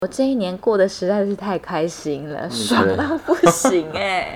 我这一年过得实在是太开心了，爽到不行哎！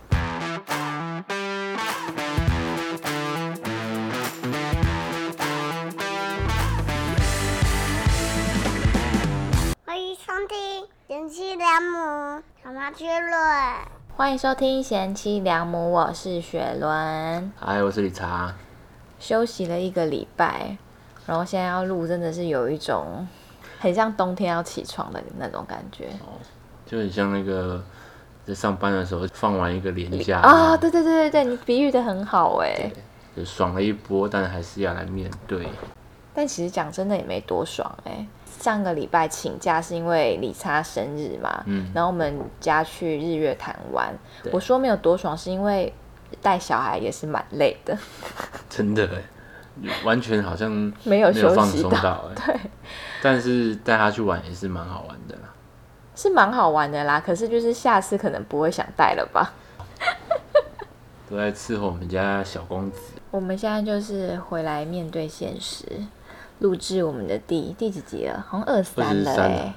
欢迎收听贤妻良母小马雪伦。 欢迎收听贤妻良母，我是雪伦。 嗨，我是理查。 休息了一个礼拜，然后现在要录，真的是有一种很像冬天要起床的那种感觉。 就很像那个在上班的时候放完一个连假啊、对对对对对，你比喻的很好哎。 就爽了一波，但还是要来面对。 但其实讲真的也没多爽哎。上个礼拜请假是因为理查生日嘛，然后我们家去日月潭玩。我说没有多爽，是因为带小孩也是蛮累的。 真的完全好像没有休息放松到对， 但是带他去玩也是蛮好玩的啦。 是蛮好玩的啦，可是就是下次可能不会想带了吧。 都在伺候我们家小公子。 我们现在就是回来面对现实，录制我们的第几集了？好像23了哎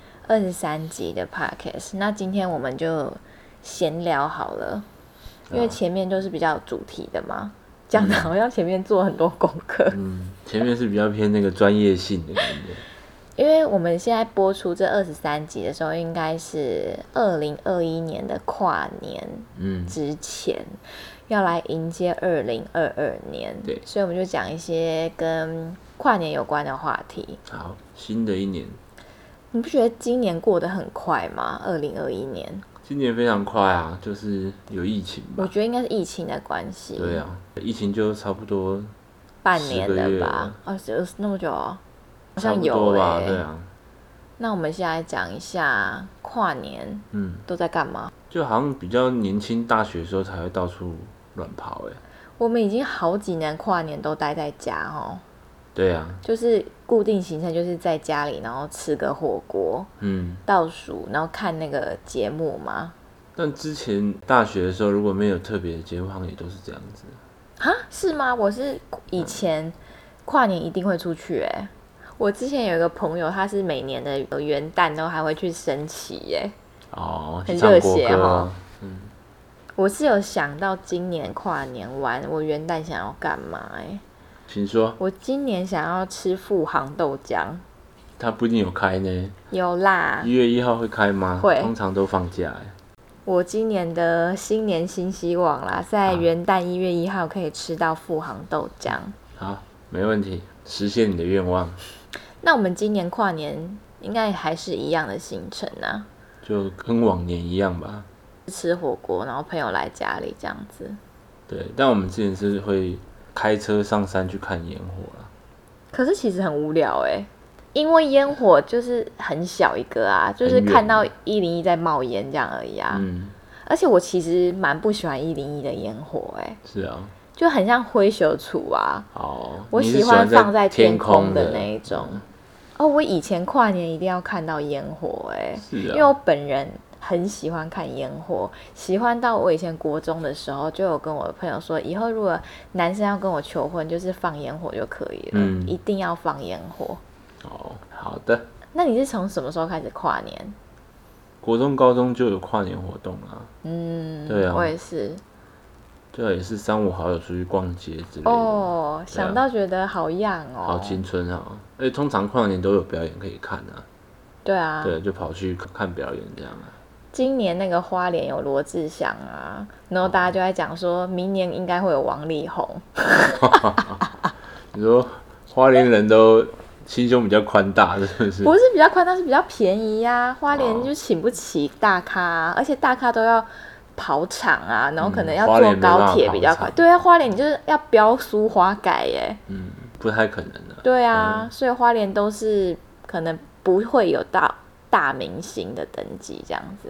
，23集的 podcast。那今天我们就闲聊好了，因为前面都是比较有主题的嘛，讲的好像前面做很多功课。 前面是比较偏那个专业性的感觉。 因为我们现在播出这23集的时候，应该是2021年的跨年之前，要来迎接2022年。 对， 所以我们就讲一些跟跨年有关的话题。 好，新的一年， 你不觉得今年过得很快吗？2021年， 今年非常快啊，就是有疫情吧。 我觉得应该是疫情的关系。 对啊，疫情就差不多半年了吧？有那么久哦。好像有对啊。 那我们现在讲一下跨年，都在干嘛？ 就好像比较年轻，大学的时候才会到处乱跑我们已经好几年跨年都待在家哦。 对啊。 就是固定行程，就是在家里，然后吃个火锅，倒数，然后看那个节目嘛。 但之前大学的时候，如果没有特别的节目，好像也都是这样子。 哈，是吗？我是以前跨年一定会出去我之前有一个朋友，他是每年的元旦都还会去升旗很热血哦。我是有想到今年跨年完，我元旦想要干嘛请说。 我今年想要吃富航豆浆。 它不一定有开呢。 有啦。1 月1号会开吗？ 会。 通常都放假我今年的新年新希望啦，在元旦1月1号可以吃到富航豆浆。 好，没问题，实现你的愿望。 那我们今年跨年应该还是一样的行程啊， 就跟往年一样吧。 吃火锅，然后朋友来家里这样子。 对，但我们之前是会开车上山去看烟火啦。 可是其实很无聊因为烟火就是很小一个啊，就是看到101在冒烟这样而已啊。而且我其实蛮不喜欢101的烟火是啊。就很像灰熊处啊。我喜欢放在天空的那一种。我以前跨年一定要看到烟火因为我本人很喜欢看烟火，喜欢到我以前国中的时候就有跟我的朋友说，以后如果男生要跟我求婚，就是放烟火就可以了，一定要放烟火。 好的。 那你是从什么时候开始跨年？ 国中、高中就有跨年活动啊。对啊， 我也是。 对啊，也是3、5好友出去逛街之类的。 想到觉得好样好青春啊！而且通常跨年都有表演可以看啊。 对啊。 对，就跑去看表演这样啊。 今年那个花莲有罗志祥啊，然后大家就在讲说，明年应该会有王力宏。 你说花莲人都心胸比较宽大，是不是？ 不是比较宽大，是比较便宜呀。花莲就请不起大咖而且大咖都要跑场啊，然后可能要坐高铁比较快。对啊，花莲你就是要标苏花改不太可能的。 对啊，所以花莲都是可能不会有到大明星的登记这样子。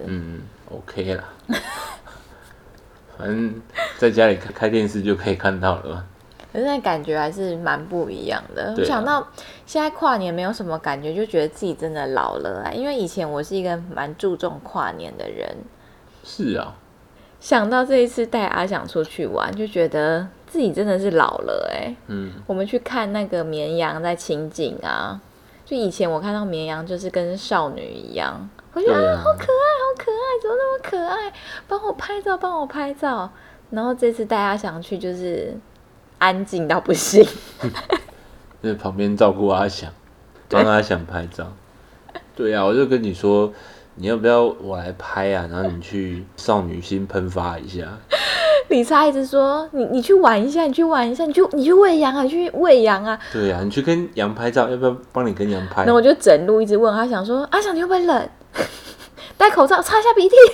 OK 啦。反正在家里开电视就可以看到了。 可是那感觉还是蛮不一样的。我想到现在跨年没有什么感觉，就觉得自己真的老了因为以前我是一个蛮注重跨年的人。 是啊。 想到这一次带阿翔出去玩，就觉得自己真的是老了我们去看那个绵羊在清境啊， 就以前我看到绵羊就是跟少女一样，我觉得好可爱，好可爱，怎么那么可爱？帮我拍照，帮我拍照。然后这次带阿翔去，就是安静到不行， 在旁边照顾阿翔，帮阿翔拍照。对啊，我就跟你说，你要不要我来拍啊？然后你去少女心喷发一下。 理查一直说你去玩一下，你去玩一下，你去喂羊啊，你去喂羊啊。 对啊，你去跟羊拍照，要不要帮你跟羊拍？ 然后我就整路一直问阿翔说：“阿翔，你会不会冷？戴口罩，擦一下鼻涕。”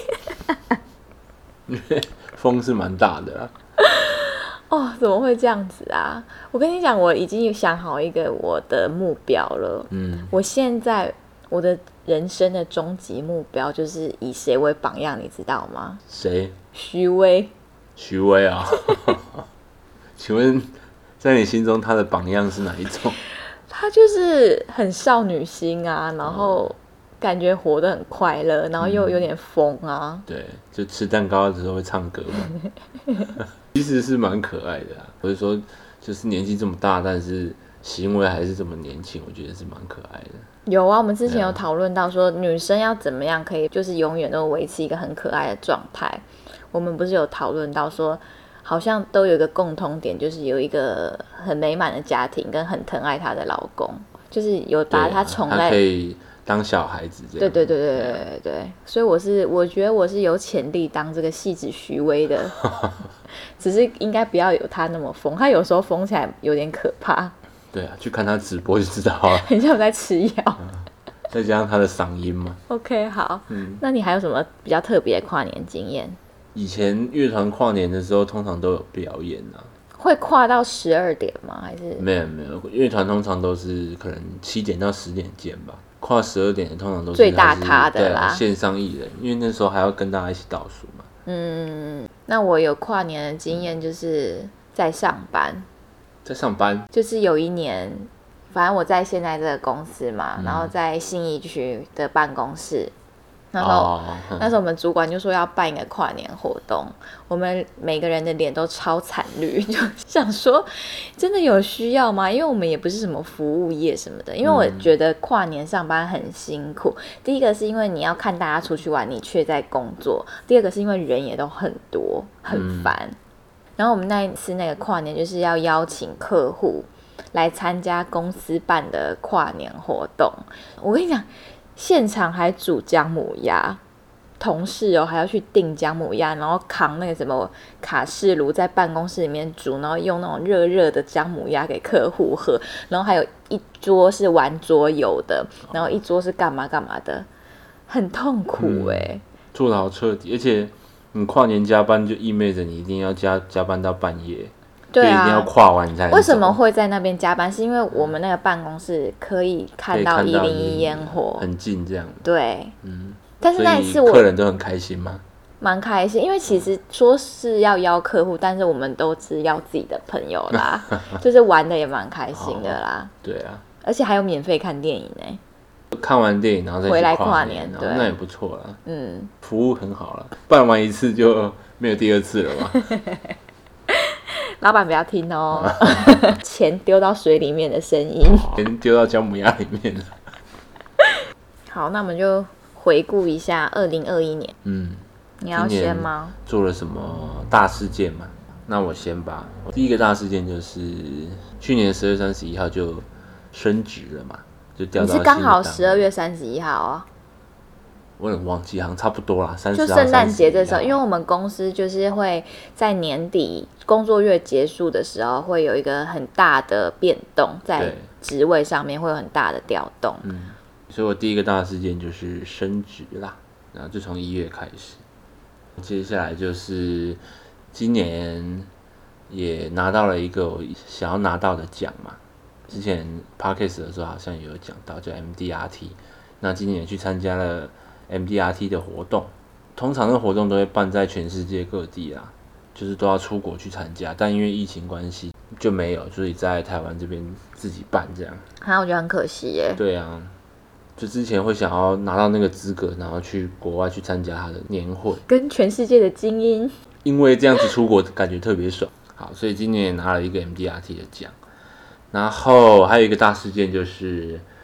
风是蛮大的啦。 哦，怎么会这样子啊？我跟你讲，我已经想好一个我的目标了。我现在我的人生的终极目标就是以谁为榜样，你知道吗？ 谁？ 徐薇。 徐薇啊？请问，在你心中他的榜样是哪一种？ 他就是很少女心啊，然后感觉活得很快乐，然后又有点疯啊。 对，就吃蛋糕的时候会唱歌嘛。其实是蛮可爱的啊，或者说就是年纪这么大，但是行为还是这么年轻，我觉得是蛮可爱的。 有啊，我们之前有讨论到说，女生要怎么样可以就是永远都维持一个很可爱的状态。我们不是有讨论到说，好像都有一个共通点，就是有一对很美满的家庭跟很疼爱她的老公，就是有把她宠在， 她可以当小孩子这样。 对，所以我觉得我是有潜力当这个戏子徐薇的，只是应该不要有她那么疯，她有时候疯起来有点可怕。 对啊，去看她直播就知道了， 很像我在吃药。 再加上她的嗓音嘛。 OK， 好，那你还有什么比较特别的跨年经验？ 以前乐团跨年的时候，通常都有表演啊。 会跨到12点吗？还是没有，乐团通常都是可能7点到10点见吧。跨12点的通常都是最大咖的啦， 线上艺人，因为那时候还要跟大家一起倒数嘛。 那我有跨年的经验，就是在上班。 在上班， 就是有一年，反正我在现在这个公司嘛，然后在信义区的办公室。那时候我们主管就说要办一个跨年活动，我们每个人的脸都超惨绿，就想说真的有需要吗？因为我们也不是什么服务业什么的，因为我觉得跨年上班很辛苦。第一个是因为你要看大家出去玩，你却在工作；第二个是因为人也都很多，很烦。然后我们那一次那个跨年就是要邀请客户来参加公司办的跨年活动，我跟你讲。现场还煮姜母鸭，同事还要去订姜母鸭，然后扛那个什么卡式炉在办公室里面煮，然后用那种热热的姜母鸭给客户喝，然后还有一桌是玩桌游的，然后一桌是干嘛干嘛的，很痛苦做得好彻底，而且你跨年加班就意味着你一定要加班到半夜。对啊，一定要跨完才能走。 为什么会在那边加班？是因为我们那个办公室可以看到101烟火， 很近这样。 对，但是那一次客人都很开心吗？ 蛮开心，因为其实说是要邀客户，但是我们都是邀自己的朋友啦，就是玩的也蛮开心的啦。 对啊， 而且还有免费看电影呢。 看完电影然后再回来跨年， 对，那也不错啦。服务很好啦，办完一次就没有第二次了嘛。 老板不要听哦，钱丢到水里面的声音， 钱丢到姜母鸭里面了。 好，那我们就回顾一下2021年。你要先吗？ 做了什么大事件嘛？那我先吧。第一个大事件就是去年12月31号就升职了嘛，就调到新的单位。 你是刚好12月31号哦。 我有点忘记，好像差不多啦，30号。 就圣诞节这时候，因为我们公司就是会在年底工作月结束的时候，会有一个很大的变动，在职位上面会有很大的调动。 所以我第一个大事件就是升职啦，然后就从1月开始。接下来就是今年也拿到了一个我想要拿到的奖嘛，之前 Podcast 的时候好像也有讲到，叫 MDRT。那今年也去参加了MDRT 的活动，通常的活动都会办在全世界各地啦，就是都要出国去参加，但因为疫情关系就没有，所以在台湾这边自己办这样。 我觉得很可惜耶。 对啊，就之前会想要拿到那个资格，然后去国外去参加他的年会， 跟全世界的精英， 因为这样子出国感觉特别爽。好，所以今年也拿了一个 MDRT 的奖，然后还有一个大事件就是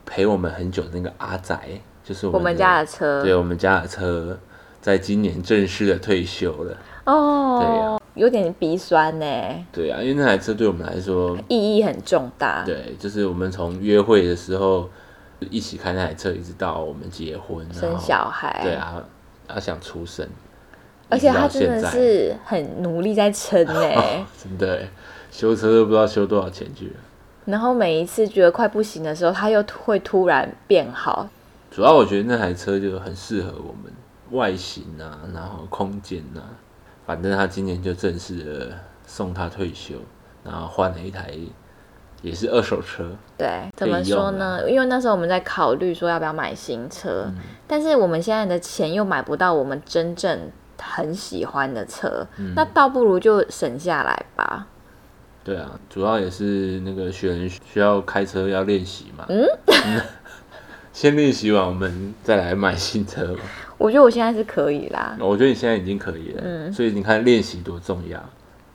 陪我们很久的那个阿仔，就是我们家的车， 对，我们家的车，在今年正式的退休了。 哦， 对啊， 有点鼻酸呢。 对啊，因为那台车对我们来说意义很重大。 对，就是我们从约会的时候一起开那台车，一直到我们结婚生小孩。 对啊，他想出生， 而且他真的是很努力在撑哎， 真的修车都不知道修多少钱去了。 然后每一次觉得快不行的时候，他又会突然变好。 主要我觉得那台车就很适合我们外形啊，然后空间啊，反正他今年就正式的送他退休，然后换了一台也是二手车。 对，怎么说呢？因为那时候我们在考虑说要不要买新车，但是我们现在的钱又买不到我们真正很喜欢的车，那倒不如就省下来吧。 对啊，主要也是那个学人需要开车要练习嘛。先练习完，我们再来买新车嘛。 我觉得我现在是可以啦。 我觉得你现在已经可以了，所以你看练习多重要。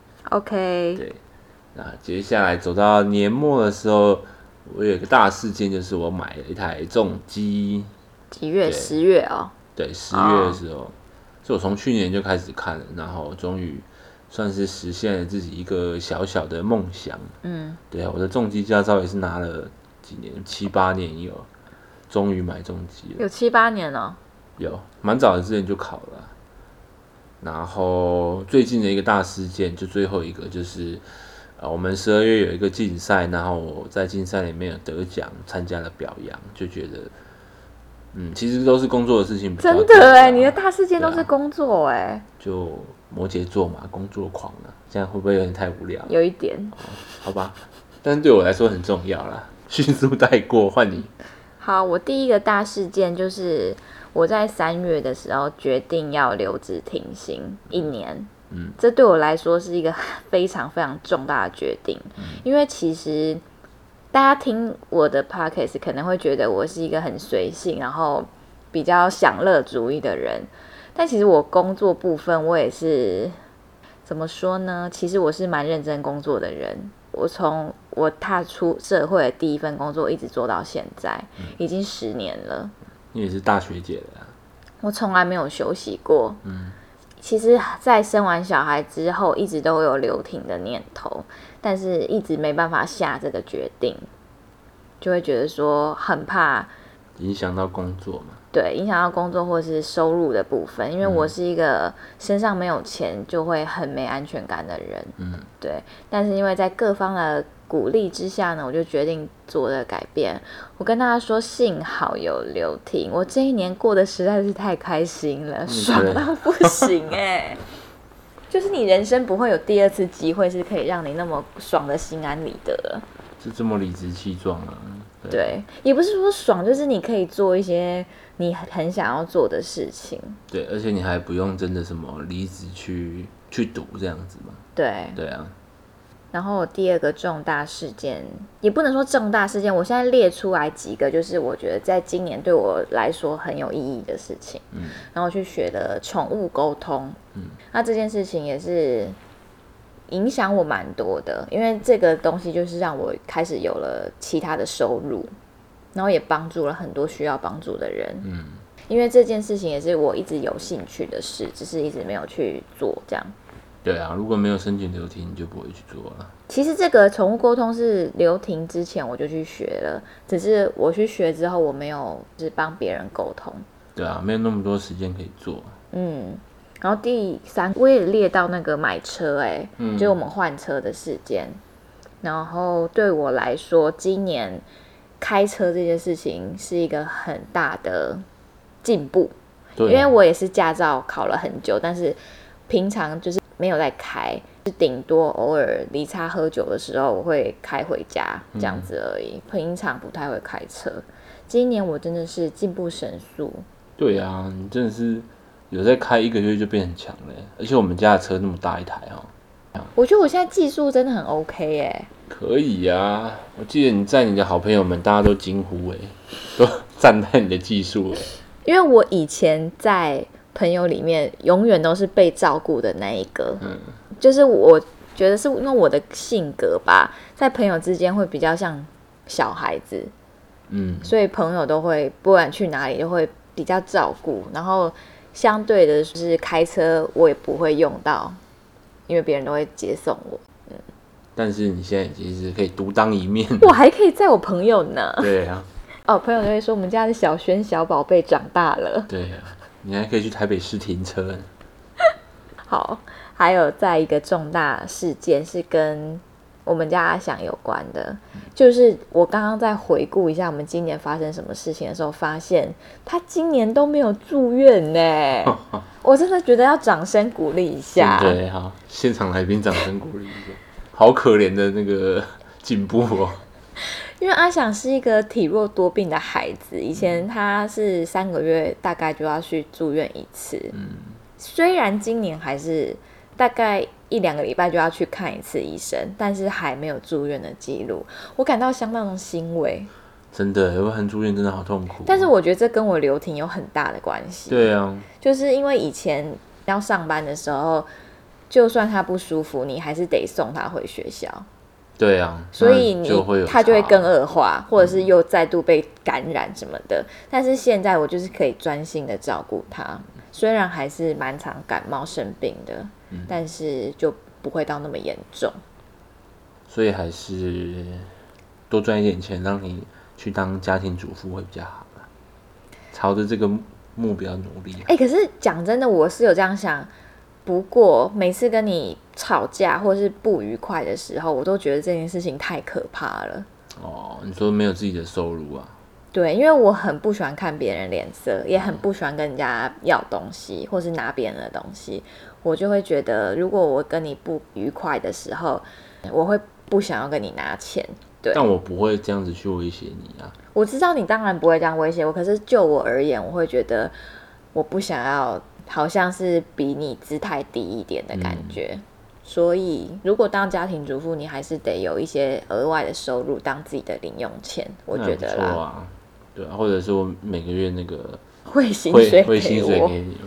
OK。 对，那接下来走到年末的时候，我有一个大事件，就是我买了一台重机。 几月？10月哦。 对，10月的时候，所以我从去年就开始看了，然后终于算是实现了自己一个小小的梦想。对啊，我的重机驾照也是拿了几年，7、8年有，终于买重机了。 有7、8年哦。 有，蛮早的之前就考了。然后最近的一个大事件，就最后一个就是，我们12月有一个竞赛，然后我在竞赛里面有得奖，参加了表扬，就觉得，其实都是工作的事情比较多。 真的你的大事件都是工作就摩羯座嘛，工作狂啊，这样会不会有点太无聊？ 有一点。 好吧，但是对我来说很重要啦，迅速带过，换你。 好，我第一个大事件就是我在3月的时候决定要留职停薪1年。这对我来说是一个非常非常重大的决定，因为其实大家听我的 podcast 可能会觉得我是一个很随性，然后比较享乐主义的人，但其实我工作部分我也是怎么说呢？其实我是蛮认真工作的人。我从我踏出社会的第一份工作一直做到现在，已经10年了。 你也是大学姐了啊。 我从来没有休息过。其实在生完小孩之后一直都有留停的念头，但是一直没办法下这个决定，就会觉得说很怕影响到工作嘛。 对，影响到工作或是收入的部分，因为我是一个身上没有钱就会很没安全感的人。对，但是因为在各方的鼓励之下呢，我就决定做了改变。我跟大家说，幸好有留停，我这1年过得实在是太开心了，爽到不行就是你人生不会有第2次机会是可以让你那么爽的心安理得了， 是这么理直气壮啊。 对，也不是说爽，就是你可以做一些你很想要做的事情。 对，而且你还不用真的什么离职去赌这样子嘛。对啊。 然后第2个重大事件，也不能说重大事件，我现在列出来几个，就是我觉得在今年对我来说很有意义的事情。然后我去学了宠物沟通。那这件事情也是影响我蛮多的，因为这个东西就是让我开始有了其他的收入，然后也帮助了很多需要帮助的人。因为这件事情也是我一直有兴趣的事，只是一直没有去做这样。 对啊，如果没有申请留停，你就不会去做了。 其实这个宠物沟通是留停之前我就去学了，只是我去学之后我没有就是帮别人沟通。 对啊，没有那么多时间可以做。 然后第3我也列到那个买车就是我们换车的事件。然后对我来说，今年开车这件事情是一个很大的进步。因为我也是驾照考了很久，但是平常就是没有在开，就顶多偶尔离差喝酒的时候我会开回家这样子而已，平常不太会开车。今年我真的是进步神速。对啊，你真的是有在开1个月就变很强了，而且我们家的车那么大一台我觉得我现在技术真的很 OK 可以啊，我记得你在你的好朋友们大家都惊呼都赞叹你的技术因为我以前在朋友里面永远都是被照顾的那一个。就是我觉得是因为我的性格吧，在朋友之间会比较像小孩子， 所以朋友都会不管去哪里都会比较照顾，然后相对的就是开车我也不会用到，因为别人都会接送我。 但是你现在其实可以独当一面， 我还可以载我朋友呢。 对啊， 朋友就会说我们家的小轩小宝贝长大了。 对啊，你还可以去台北市停车。 好，还有再一个重大事件是跟我们家阿翔有关的，就是我刚刚在回顾一下我们今年发生什么事情的时候，发现他今年都没有住院呢。我真的觉得要掌声鼓励一下。 对，好，现场来宾掌声鼓励一下，好可怜的那个进步哦。 因为阿翔是一个体弱多病的孩子，以前他是3个月大概就要去住院一次。虽然今年还是大概1-2个礼拜就要去看一次医生，但是还没有住院的记录，我感到相当的欣慰。 真的，我很住院真的好痛苦。 但是我觉得这跟我留停有很大的关系。 对啊， 就是因为以前要上班的时候，就算他不舒服，你还是得送他回学校。 对啊， 所以他就会更恶化，或者是又再度被感染什么的。但是现在我就是可以专心的照顾他，虽然还是蛮常感冒生病的，但是就不会到那么严重。 所以还是多赚一点钱，让你去当家庭主妇会比较好啦，朝着这个目标努力。 可是讲真的，我是有这样想。不过每次跟你吵架或是不愉快的时候，我都觉得这件事情太可怕了。 你说没有自己的收入啊？ 对，因为我很不喜欢看别人脸色，也很不喜欢跟人家要东西或是拿别人的东西。我就会觉得，如果我跟你不愉快的时候，我会不想要跟你拿钱。对， 但我不会这样子去威胁你啊。 我知道你当然不会这样威胁我，可是就我而言，我会觉得我不想要好像是比你姿态低一点的感觉。所以如果当家庭主妇，你还是得有一些额外的收入当自己的零用钱，我觉得啦。 不错啊，对啊，或者是我每个月那个汇薪水给你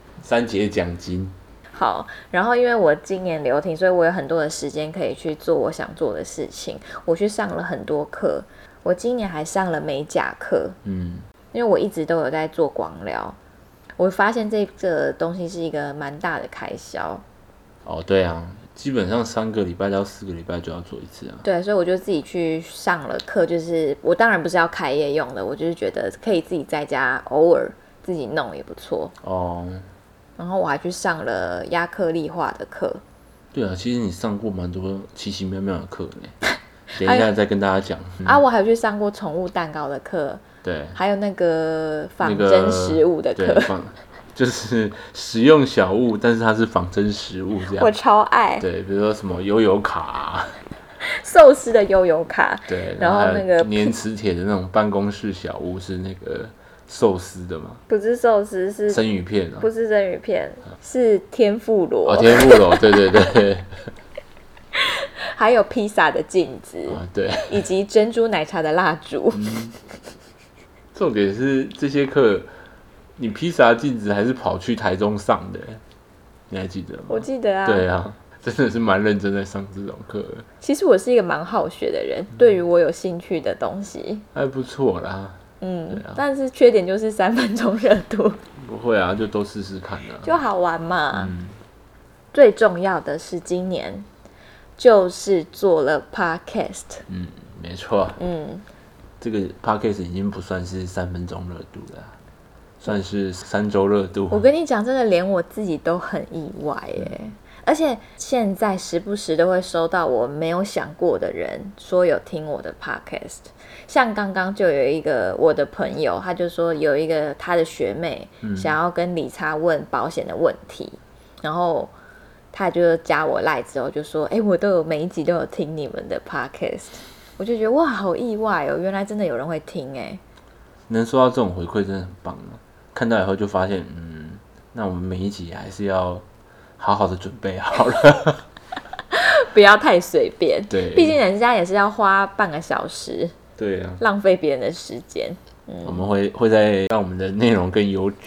3节奖金。 好，然后因为我今年留停，所以我有很多的时间可以去做我想做的事情。我去上了很多课，我今年还上了美甲课。因为我一直都有在做光疗，我发现这个东西是一个蛮大的开销。 对啊，基本上3个礼拜到4个礼拜就要做一次啊。 对，所以我就自己去上了课，就是我当然不是要开业用的，我就是觉得可以自己在家偶尔自己弄也不错。然后我还去上了亚克力画的课。 对啊，其实你上过蛮多奇奇妙妙的课呢。等一下再跟大家讲。 我还有去上过宠物蛋糕的课。 对， 还有那个仿真食物的课。 就是实用小物，但是它是仿真食物这样。 我超爱。 对，比如说什么悠游卡寿司的悠游卡。 对， 然后那个粘磁铁的那种办公室小物是那个寿司的吗？ 不是寿司，是生鱼片不是生鱼片，是天妇罗。 天妇罗，对对对。 还有披萨的镜子。 对， 以及珍珠奶茶的蜡烛。 重点是这些课，你披萨镜子还是跑去台中上的，你还记得吗？我记得啊。对啊，真的是蛮认真在上这种课。 其实我是一个蛮好学的人，对于我有兴趣的东西还不错啦。 但是缺点就是3分钟热度。 不会啊，就都试试看啊， 就好玩嘛。最重要的是今年就是做了 podcast。 没错。这个 podcast 已经不算是3分钟热度了，算是3周热度。 我跟你讲，真的连我自己都很意外耶。而且现在时不时都会收到我没有想过的人说有听我的 podcast。像刚刚就有一个我的朋友，他就说有一个他的学妹想要跟理查问保险的问题，然后他就加我赖之后就说我都有每一集都有听你们的 podcast。我就觉得哇，好意外哦！原来真的有人会听能收到这种回馈真的很棒啊！看到以后就发现，那我们每一集还是要好好的准备好了， 不要太随便。 对， 毕竟人家也是要花半个小时， 对啊， 浪费别人的时间。 我们会再让我们的内容更优质。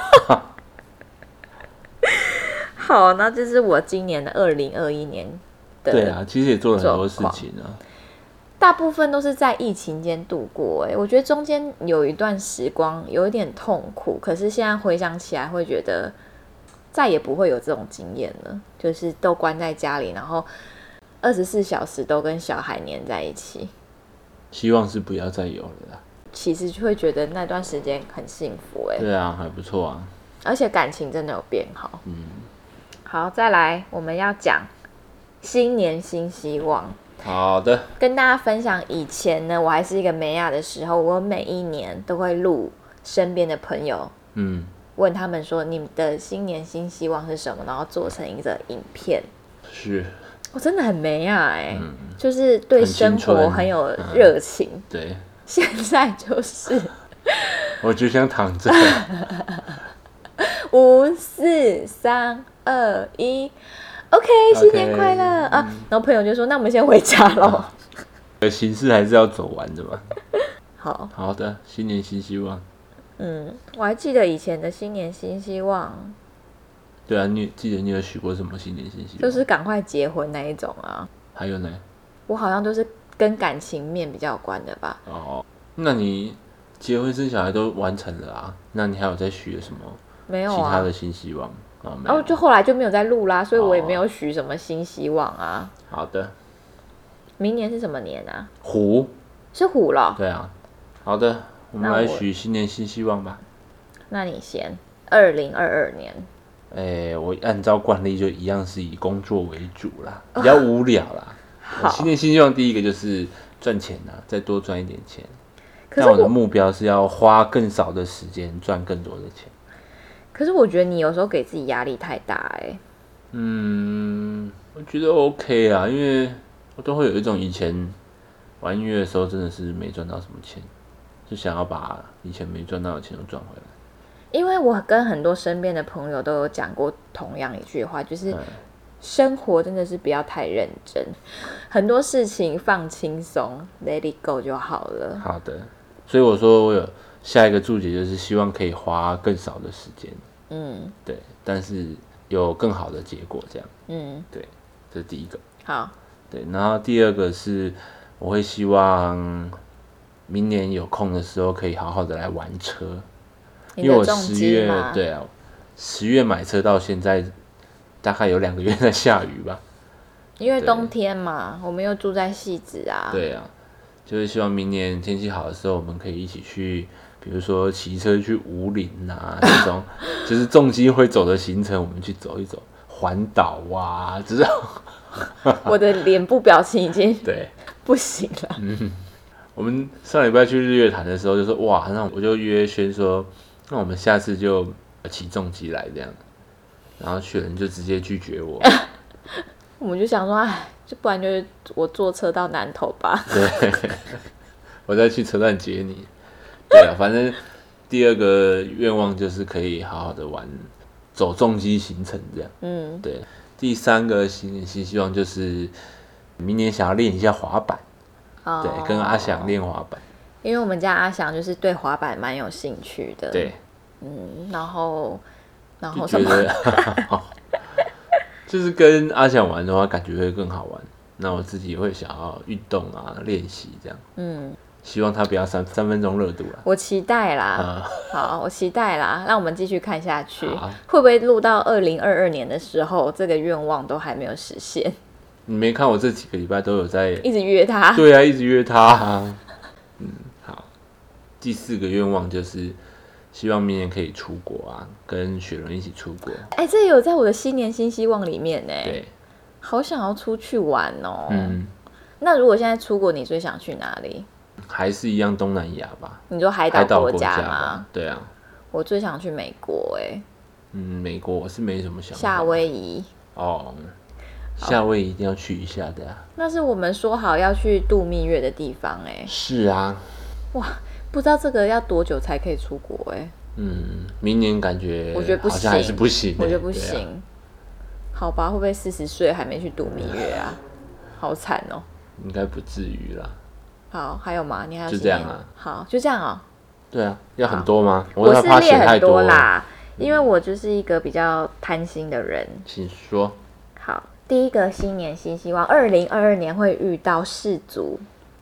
好，那这是我今年的2021年的。 对啊，其实也做了很多事情啊。 大部分都是在疫情间度过。我觉得中间有一段时光有一点痛苦，可是现在回想起来会觉得再也不会有这种经验了，就是都关在家里，然后24小时都跟小孩黏在一起。 希望是不要再有了啦。 其实就会觉得那段时间很幸福。 对啊，还不错啊， 而且感情真的有变好。好，再来我们要讲新年新希望。 好的， 跟大家分享，以前呢我还是一个美亚的时候，我每一年都会录身边的朋友，问他们说你们的新年新希望是什么，然后做成一个影片。 是， 我真的很美亚就是对生活很有热情。 对， 现在就是我只想躺着。 5、4、3、2、1。OK， 新年快乐啊！然后朋友就说：“那我们先回家咯。” 形式还是要走完的嘛。 好的，新年新希望。 我还记得以前的新年新希望。 对啊，你记得你有许过什么新年新希望？ 就是赶快结婚那一种啊。 还有呢？ 我好像都是跟感情面比较有关的吧。 那你结婚生小孩都完成了啊？那你还有在许什么？ 没有啊， 其他的新希望。 就后来就没有再录啦，所以我也没有许什么新希望啊。 好的。 明年是什么年啊？ 虎。 是虎了。 对啊。好的，我们来许新年新希望吧。 那你先，2022年。 我按照惯例就一样是以工作为主啦，比较无聊啦。新年新希望第一个就是赚钱啦，再多赚一点钱。但我的目标是要花更少的时间赚更多的钱。 可是我觉得你有时候给自己压力太大我觉得 OK 啦，因为我都会有一种以前玩音乐的时候真的是没赚到什么钱，就想要把以前没赚到的钱都赚回来。 因为我跟很多身边的朋友都有讲过同样一句话，就是生活真的是不要太认真，很多事情放轻松 ，let it go 就好了。 好的，所以我说我有下一个注解，就是希望可以花更少的时间，对，但是有更好的结果，这样，对，这是第一个。 好， 对，然后第二个是我会希望明年有空的时候可以好好的来玩车。因为我10月，对啊，10月买车到现在大概有2个月在下雨吧。 因为冬天嘛，我们又住在汐止啊。 对啊，就是希望明年天气好的时候，我们可以一起去，比如说骑车去武陵啊这种，就是重机会走的行程，我们去走一走，环岛啊这种。 我的脸部表情已经对不行了。 我们上礼拜去日月潭的时候就说哇，那我就约轩说。那我们下次就起重机来这样，然后雪人就直接拒绝我。 我们就想说，就不然就是我坐车到南投吧。 对，我再去车站接你。对啊，反正第二个愿望就是可以好好的玩，走重机行程这样。对。第3个新希望就是明年想要练一下滑板。对，跟阿翔练滑板。 因为我们家阿翔就是对滑板蛮有兴趣的， 对， 然后什么？就是跟阿翔玩的话，感觉会更好玩。那我自己也会想要运动啊，练习这样。希望他不要3分钟热度啦。 我期待啦，好，我期待啦。让我们继续看下去，会不会录到2022年的时候，这个愿望都还没有实现？ 你没看我这几个礼拜都有在一直约他？ 对啊，一直约他。好，第4个愿望就是希望明年可以出国啊，跟雪伦一起出国。 这有在我的新年新希望里面呢。 对， 好想要出去玩哦。那如果现在出国，你最想去哪里？ 还是一样东南亚吧。 你说海岛国家吗？ 对啊。 我最想去美国美国我是没什么想法。 夏威夷。 夏威夷一定要去一下的啊。 那是我们说好要去度蜜月的地方是啊。 哇，不知道这个要多久才可以出国明年感觉我觉得不行， 好像还是不行。 我觉得不行。好吧，会不会40岁还没去度蜜月啊？好惨哦。 应该不至于啦。 好，还有吗？你还有就这样啊？ 好，就这样哦。 对啊，要很多吗？ 我是列很多啦，因为我就是一个比较贪心的人。 请说。 好，第一个新年新希望，2022年会遇到世足。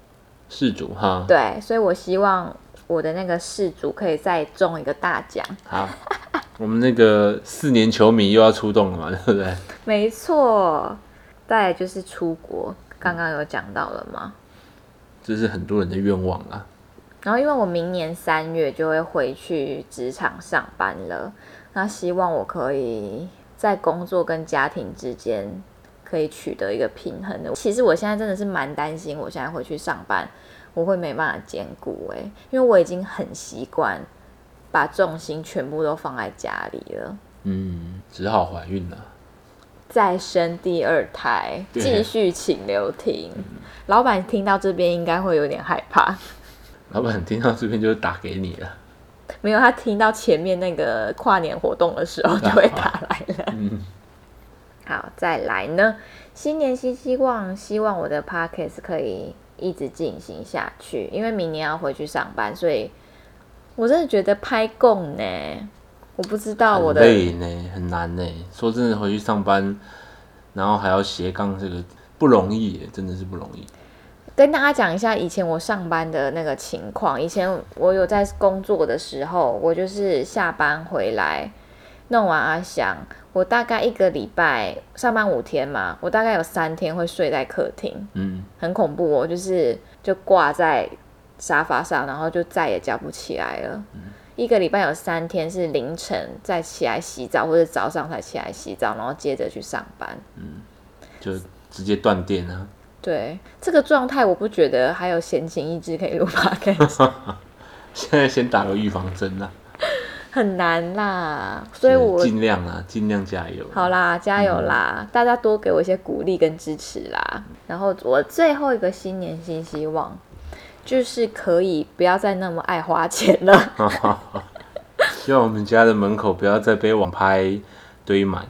世足哈。 对，所以我希望我的那个世足可以再中一个大奖。 好，我们那个4年球迷又要出动了嘛，对不对？ 没错，再来就是出国，刚刚有讲到了吗？ 这是很多人的愿望啦。 然后因为我明年3月就会回去职场上班了，那希望我可以在工作跟家庭之间可以取得一个平衡的。其实我现在真的是蛮担心，我现在回去上班，我会没办法兼顾因为我已经很习惯把重心全部都放在家里了。 只好怀孕了， 再生第2胎，继续请留停。老板听到这边应该会有点害怕。 老板听到这边就打给你了。 没有，他听到前面那个跨年活动的时候就会打来了。好，再来呢，新年新希望，希望我的 podcast 可以一直进行下去，因为明年要回去上班，所以我真的觉得拍供呢，我不知道我的很累呢，很难呢。说真的，回去上班，然后还要斜杠这个不容易耶，真的是不容易。 跟大家讲一下以前我上班的那个情况。以前我有在工作的时候，我就是下班回来弄完阿翔，我大概1个礼拜上班5天嘛，我大概有3天会睡在客厅，很恐怖就挂在沙发上，然后就再也叫不起来了。1个礼拜有3天是凌晨再起来洗澡，或者早上才起来洗澡，然后接着去上班， 就直接断电啊。 对，这个状态我不觉得还有闲情逸致可以录 podcast。 现在先打个预防针啦， 很难啦，所以我尽量啦，尽量加油。 好啦，加油啦，大家多给我一些鼓励跟支持啦。然后我最后一个新年新希望，就是可以不要再那么爱花钱了。 希望我们家的门口不要再被网拍堆满。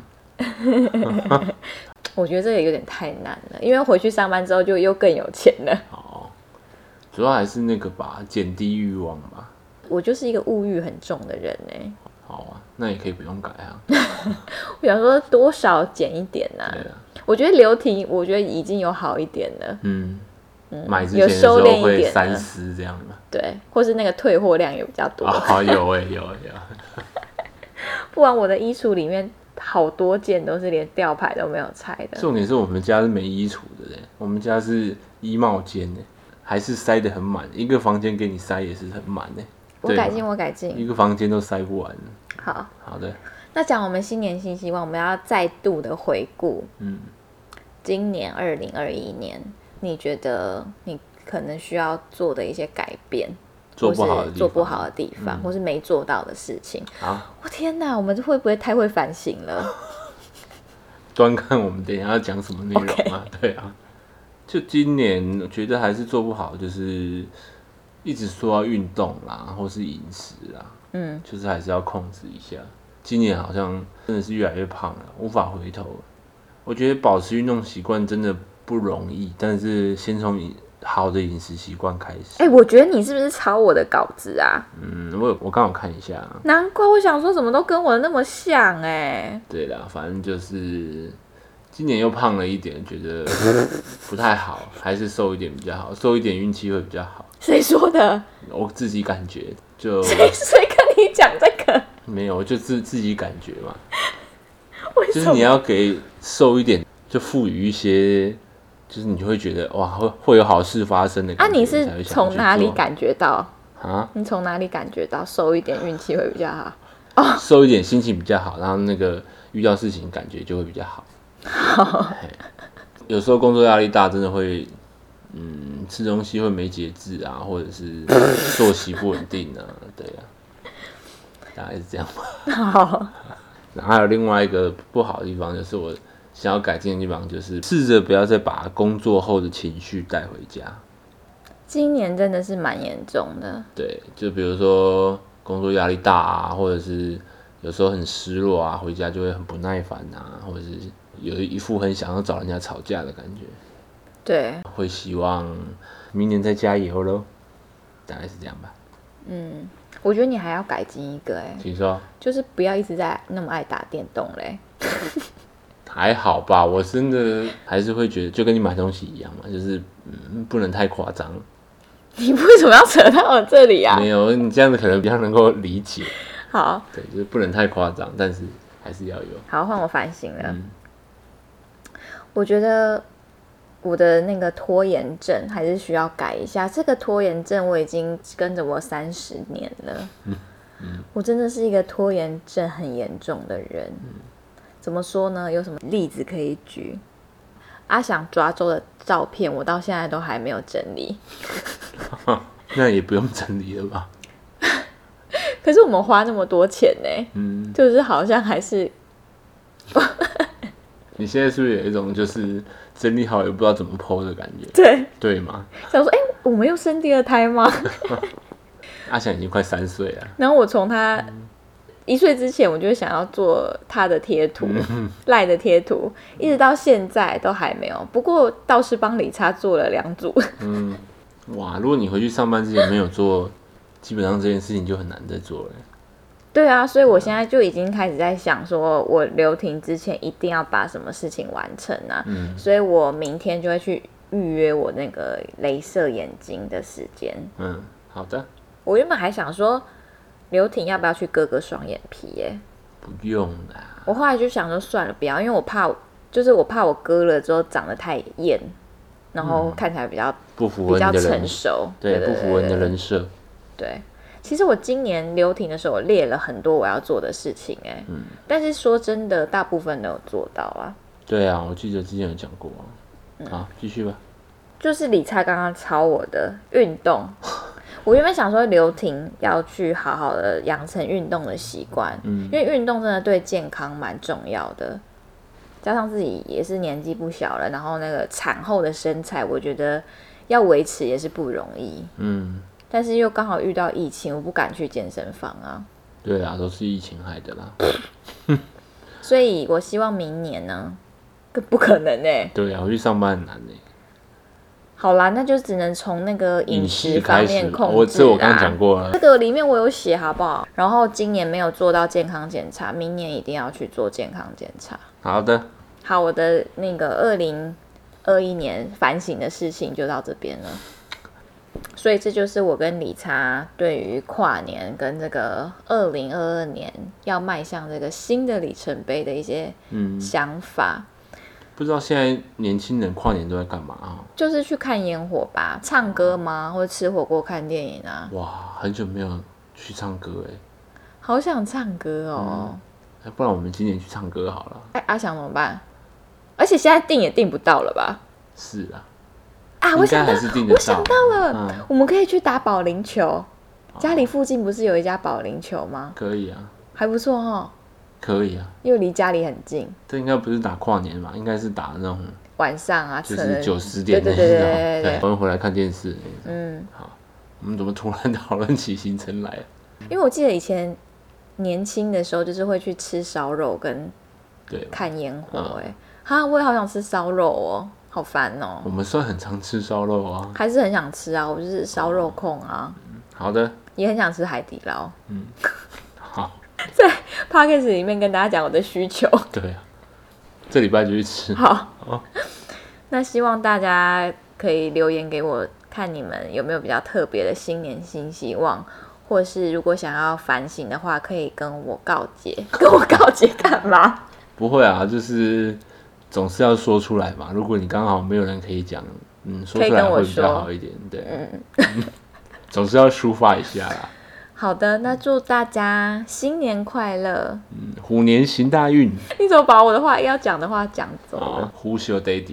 我觉得这个有点太难了，因为回去上班之后就又更有钱了。 主要还是那个吧，减低欲望吧。 我就是一个物欲很重的人好啊，那也可以不用改啊。 我想说多少减一点啊。 对啊。 我觉得留停，我觉得已经有好一点了。 买之前的时候会三思这样嘛。 对，或是那个退货量也比较多。 有。 不然我的衣橱里面好多件都是连吊牌都没有拆的。 重点是我们家是没衣橱的嘞，我们家是衣帽间呢，还是塞得很满，一个房间给你塞也是很满呢。 我改进， 一个房间都塞不完。好的。 那讲我们新年新希望，我们要再度的回顾。今年2021年，你觉得你可能需要做的一些改变？做不好的地方，或是没做到的事情。我天哪，我们会不会太会反省了？ 端看我们等一下要讲什么内容啊？对啊，就今年我觉得还是做不好，就是一直说要运动啦，或是饮食啦，就是还是要控制一下。今年好像真的是越来越胖了，无法回头了。我觉得保持运动习惯真的不容易，但是先从好的饮食习惯开始。 我觉得你是不是抄我的稿子啊？ 我刚好看一下。 难怪我想说怎么都跟我那么像对啦，反正就是今年又胖了一点，觉得不太好，还是瘦一点比较好，瘦一点运气会比较好。 谁说的？ 我自己感觉就。 谁跟你讲这个？ 没有，就自己感觉嘛。 为什么？ 就是你要给瘦一点，就赋予一些。就是你就会觉得哇，会有好事发生的感觉。 你是从哪里感觉到啊？ 你从哪里感觉到瘦一点运气会比较好？ 瘦一点心情比较好，然后那个遇到事情感觉就会比较好。有时候工作压力大，真的会吃东西会没节制啊，或者是作息不稳定啊，对啊，大概是这样吧。 好。 然后还有另外一个不好的地方，就是我想要改进的地方，就是试着不要再把工作后的情绪带回家。 今年真的是蛮严重的。 对，就比如说工作压力大啊，或者是有时候很失落啊，回家就会很不耐烦啊，或者是有一副很想要找人家吵架的感觉。 对， 会希望明年再加油咯，大概是这样吧。 我觉得你还要改进一个请说。 就是不要一直在那么爱打电动嘞。 还好吧，我真的还是会觉得就跟你买东西一样嘛，就是不能太夸张。 你为什么要扯到我这里啊？ 没有，你这样子可能比较能够理解。 好， 对，就是不能太夸张，但是还是要有。 好，换我反省了。我觉得我的那个拖延症还是需要改一下。这个拖延症我已经跟着我30年了。我真的是一个拖延症很严重的人。怎么说呢？有什么例子可以举？阿翔抓周的照片，我到现在都还没有整理。 那也不用整理了吧？ 可是我们花那么多钱呢，就是好像还是。 你现在是不是有一种就是整理好也不知道怎么 po 的感觉？对吗？ 想说，我们又生第2胎吗？ 阿翔已经快3岁了。 然后我从他1岁之前，我就想要做他的贴图，赖的贴图，一直到现在都还没有。不过倒是帮理查做了2组。 哇！如果你回去上班之前没有做，基本上这件事情就很难再做了。 对啊，所以我现在就已经开始在想说，我留停之前一定要把什么事情完成啊。所以我明天就会去预约我那个雷射眼睛的时间。 好的。 我原本还想说，留停要不要去割个双眼皮耶？ 不用啦。 我后来就想说算了，不要，因为我怕我割了之后长得太艳，然后看起来比较不符合你的人， 比较成熟， 对，不符合你的人设。 对。其实我今年留停的时候，我列了很多我要做的事情，但是说真的，大部分都有做到啊。 对啊，我记得之前有讲过啊。好，继续吧。 就是理查刚刚抄我的运动，我原本想说留停要去好好的养成运动的习惯，因为运动真的对健康蛮重要的。加上自己也是年纪不小了，然后那个产后的身材，我觉得要维持也是不容易。但是又刚好遇到疫情，我不敢去健身房啊。 对啊，都是疫情害的啦。 所以我希望明年呢，不可能对啊，我去上班很难好啦，那就只能从那个饮食方面控制。 我刚刚讲过了， 这个里面我有写好不好？然后今年没有做到健康检查，明年一定要去做健康检查。 好的。 好，我的那个2021年反省的事情就到这边了。所以这就是我跟理查对于跨年跟这个2022年要迈向这个新的里程碑的一些想法。 不知道现在年轻人跨年都在干嘛啊？ 就是去看烟火吧，唱歌吗？或者吃火锅、看电影啊？ 哇，很久没有去唱歌好想唱歌哦。 不然我们今年去唱歌好了。 阿翔怎么办？而且现在订也订不到了吧？ 是啊。 我想到，我想到了，我们可以去打保龄球。家里附近不是有一家保龄球吗？ 可以啊， 还不错哦。 可以啊， 因为离家里很近。 这应该不是打跨年吧？应该是打那种晚上啊， 就是9、10点那种。对，我们回来看电视。好，我们怎么突然讨论起行程来？ 因为我记得以前年轻的时候，就是会去吃烧肉跟看烟火。我也好想吃烧肉哦。好烦哦！ 我们算很常吃烧肉啊， 还是很想吃啊，我就是烧肉控啊。 好的， 也很想吃海底捞。 好， 在 podcast 里面跟大家讲我的需求。 对啊，这礼拜就去吃。 好，那希望大家可以留言给我，看你们有没有比较特别的新年新希望，或是如果想要反省的话，可以跟我告诫。跟我告诫干嘛？ 不会啊，就是总是要说出来嘛。如果你刚好没有人可以讲，说出来会比较好一点。对，总是要抒发一下啦。 好的，那祝大家新年快乐。 虎年行大运。 你怎么把我的话要讲的话讲走了 ？Who's your daddy？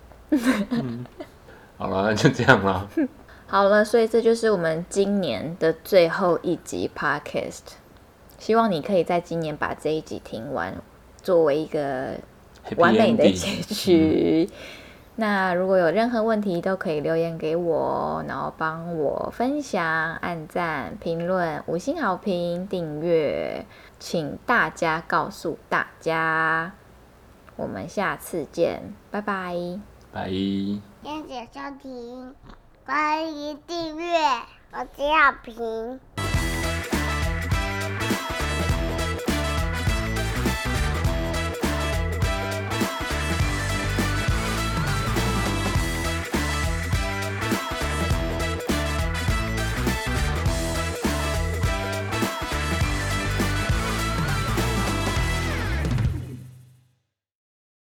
好了，那就这样啦。 好了，所以这就是我们今年的最后一集 Podcast。希望你可以在今年把这一集听完，作为一个完美的结局。那如果有任何问题都可以留言给我，然后帮我分享、按赞、评论、5星好评、订阅，请大家告诉大家。我们下次见，拜拜。 拜。 谢谢收听，欢迎订阅，5星好评。